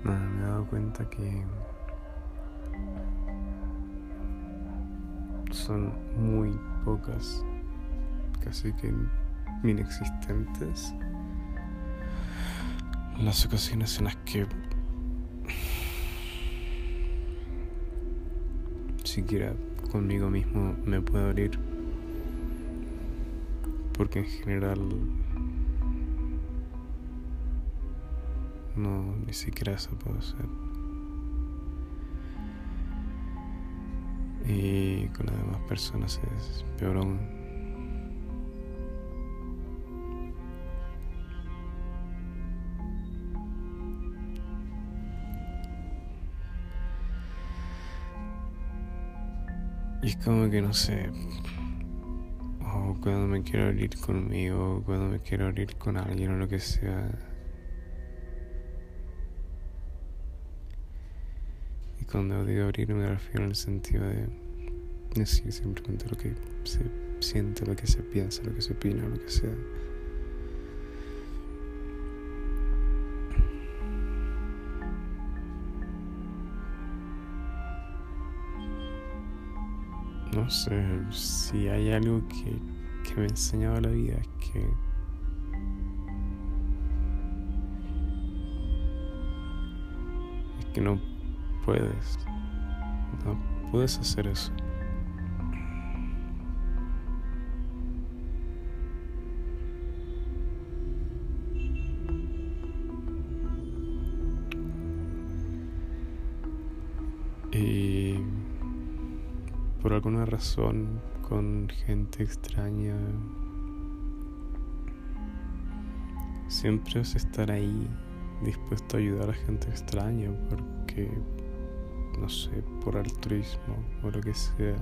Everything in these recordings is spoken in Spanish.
Nada, me he dado cuenta que son muy pocas, casi que inexistentes, las ocasiones en las que siquiera conmigo mismo me puedo abrir, porque en general no, ni siquiera eso puedo hacer. Y con las demás personas es peor aún. Y es como que no sé, o cuando me quiero abrir conmigo, o cuando me quiero abrir con alguien o lo que sea. Y cuando digo abrir me refiero en el sentido de decir simplemente lo que se siente, lo que se piensa, lo que se opina, lo que sea. No sé, si hay algo que me ha enseñado la vida es que no puedes, no puedes hacer eso. Y por alguna razón con gente extraña siempre vas a estar ahí dispuesto a ayudar a gente extraña porque, no sé, por altruismo o lo que sea.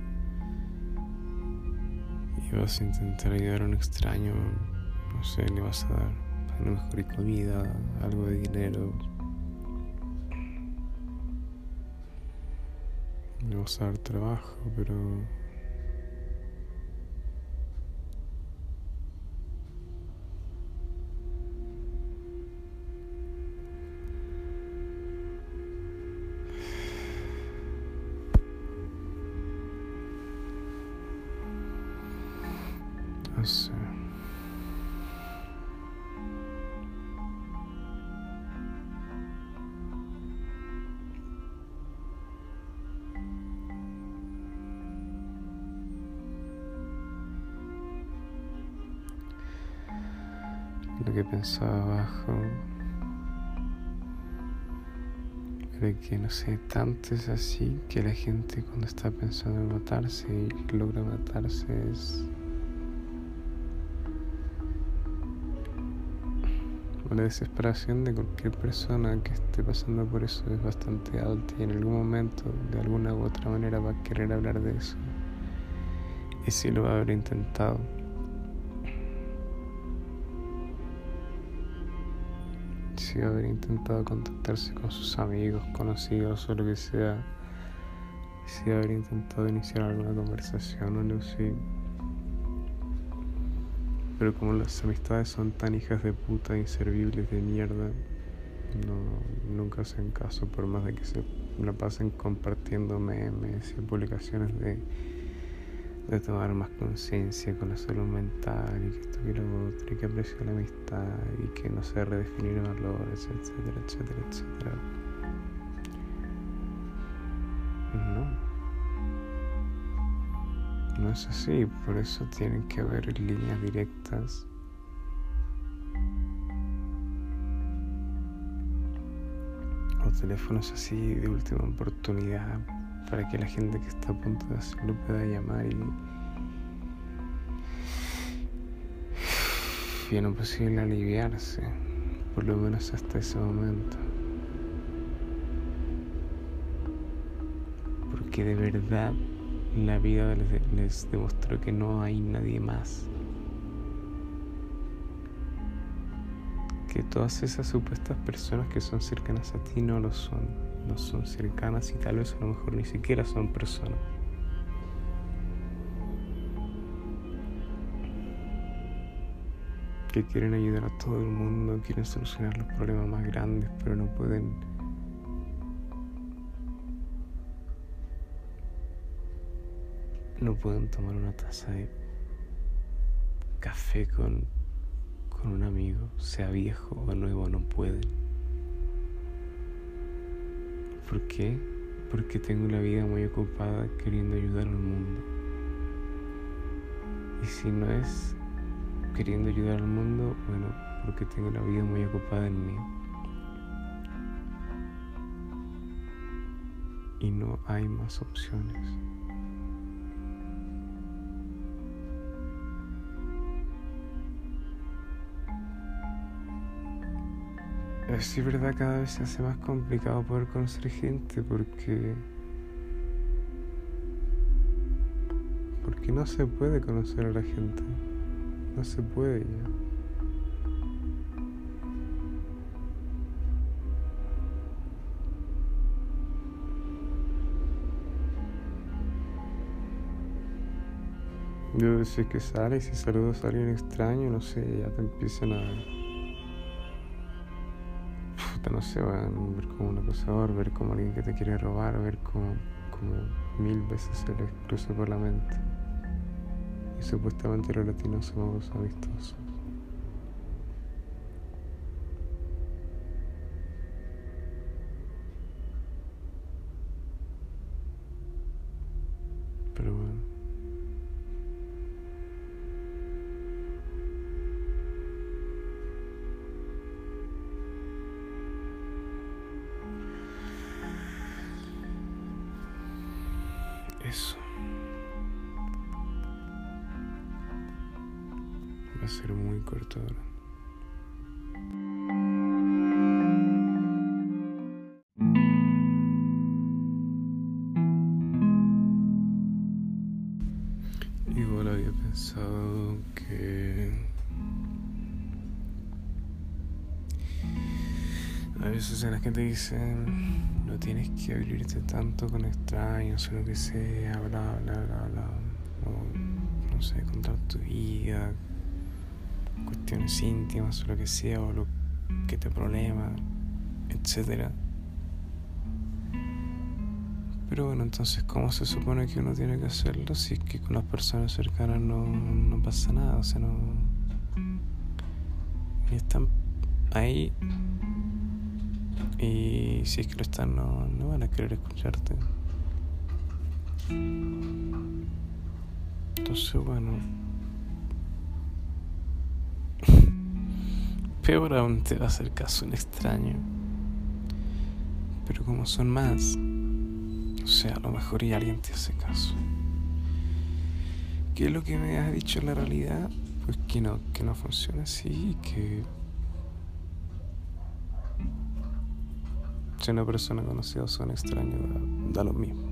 Y vas a intentar ayudar a un extraño, no sé, le vas a dar a lo mejor comida, algo de dinero, le vas a dar trabajo, pero no sé. Lo que pensaba abajo era que, no sé, tanto es así que la gente cuando está pensando en matarse y logra matarse la desesperación de cualquier persona que esté pasando por eso es bastante alta y en algún momento, de alguna u otra manera, va a querer hablar de eso. Y si lo va a haber intentado. Si va a haber intentado contactarse con sus amigos, conocidos o lo que sea. Si va a haber intentado iniciar alguna conversación o algo así. Pero como las amistades son tan hijas de puta, inservibles de mierda, nunca hacen caso por más de que se la pasen compartiendo memes y publicaciones de tomar más conciencia con la salud mental y que esto y lo otro y que apreciar la amistad y que no sé, redefinir valores, etcétera, etcétera, etcétera. No es así, por eso tienen que haber líneas directas o teléfonos así de última oportunidad para que la gente que está a punto de hacerlo pueda llamar y en lo posible aliviarse, por lo menos hasta ese momento. Porque de verdad la vida les demostró que no hay nadie más. Que todas esas supuestas personas que son cercanas a ti no lo son. No son cercanas y tal vez a lo mejor ni siquiera son personas. Que quieren ayudar a todo el mundo, quieren solucionar los problemas más grandes, pero no pueden no pueden tomar una taza de café con un amigo, sea viejo o nuevo, no pueden. ¿Por qué? Porque tengo una vida muy ocupada queriendo ayudar al mundo. Y si no es queriendo ayudar al mundo, bueno, porque tengo una vida muy ocupada en mí. Y no hay más opciones. Es verdad, cada vez se hace más complicado poder conocer gente porque no se puede conocer a la gente. No se puede ya. Yo si es que sales y saludas a alguien extraño, no sé, ya te empiezan a... no sé, van a ver como un acosador, ver como alguien que te quiere robar, ver como 1000 veces se les cruza por la mente. Y supuestamente los latinos somos amistosos. Pero bueno. Eso. Va a ser muy corto ahora. Igual había pensado que a veces la gente dice no tienes que abrirte tanto con extraños o lo que sea, bla bla bla bla, o no sé, contar tu vida, cuestiones íntimas o lo que sea, o lo que te problema, etcétera. Pero bueno, entonces, ¿cómo se supone que uno tiene que hacerlo si es que con las personas cercanas no pasa nada? O sea, no están ahí, y si es que lo están, no van a querer escucharte. Entonces, bueno, peor aún te va a hacer caso un extraño. Pero como son más, o sea, a lo mejor y alguien te hace caso. ¿Qué es lo que me has dicho en la realidad? Pues que no funciona así, que si una persona conocida o son extraños da lo mismo.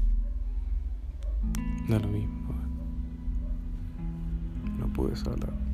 Da lo mismo. No puedes hablar.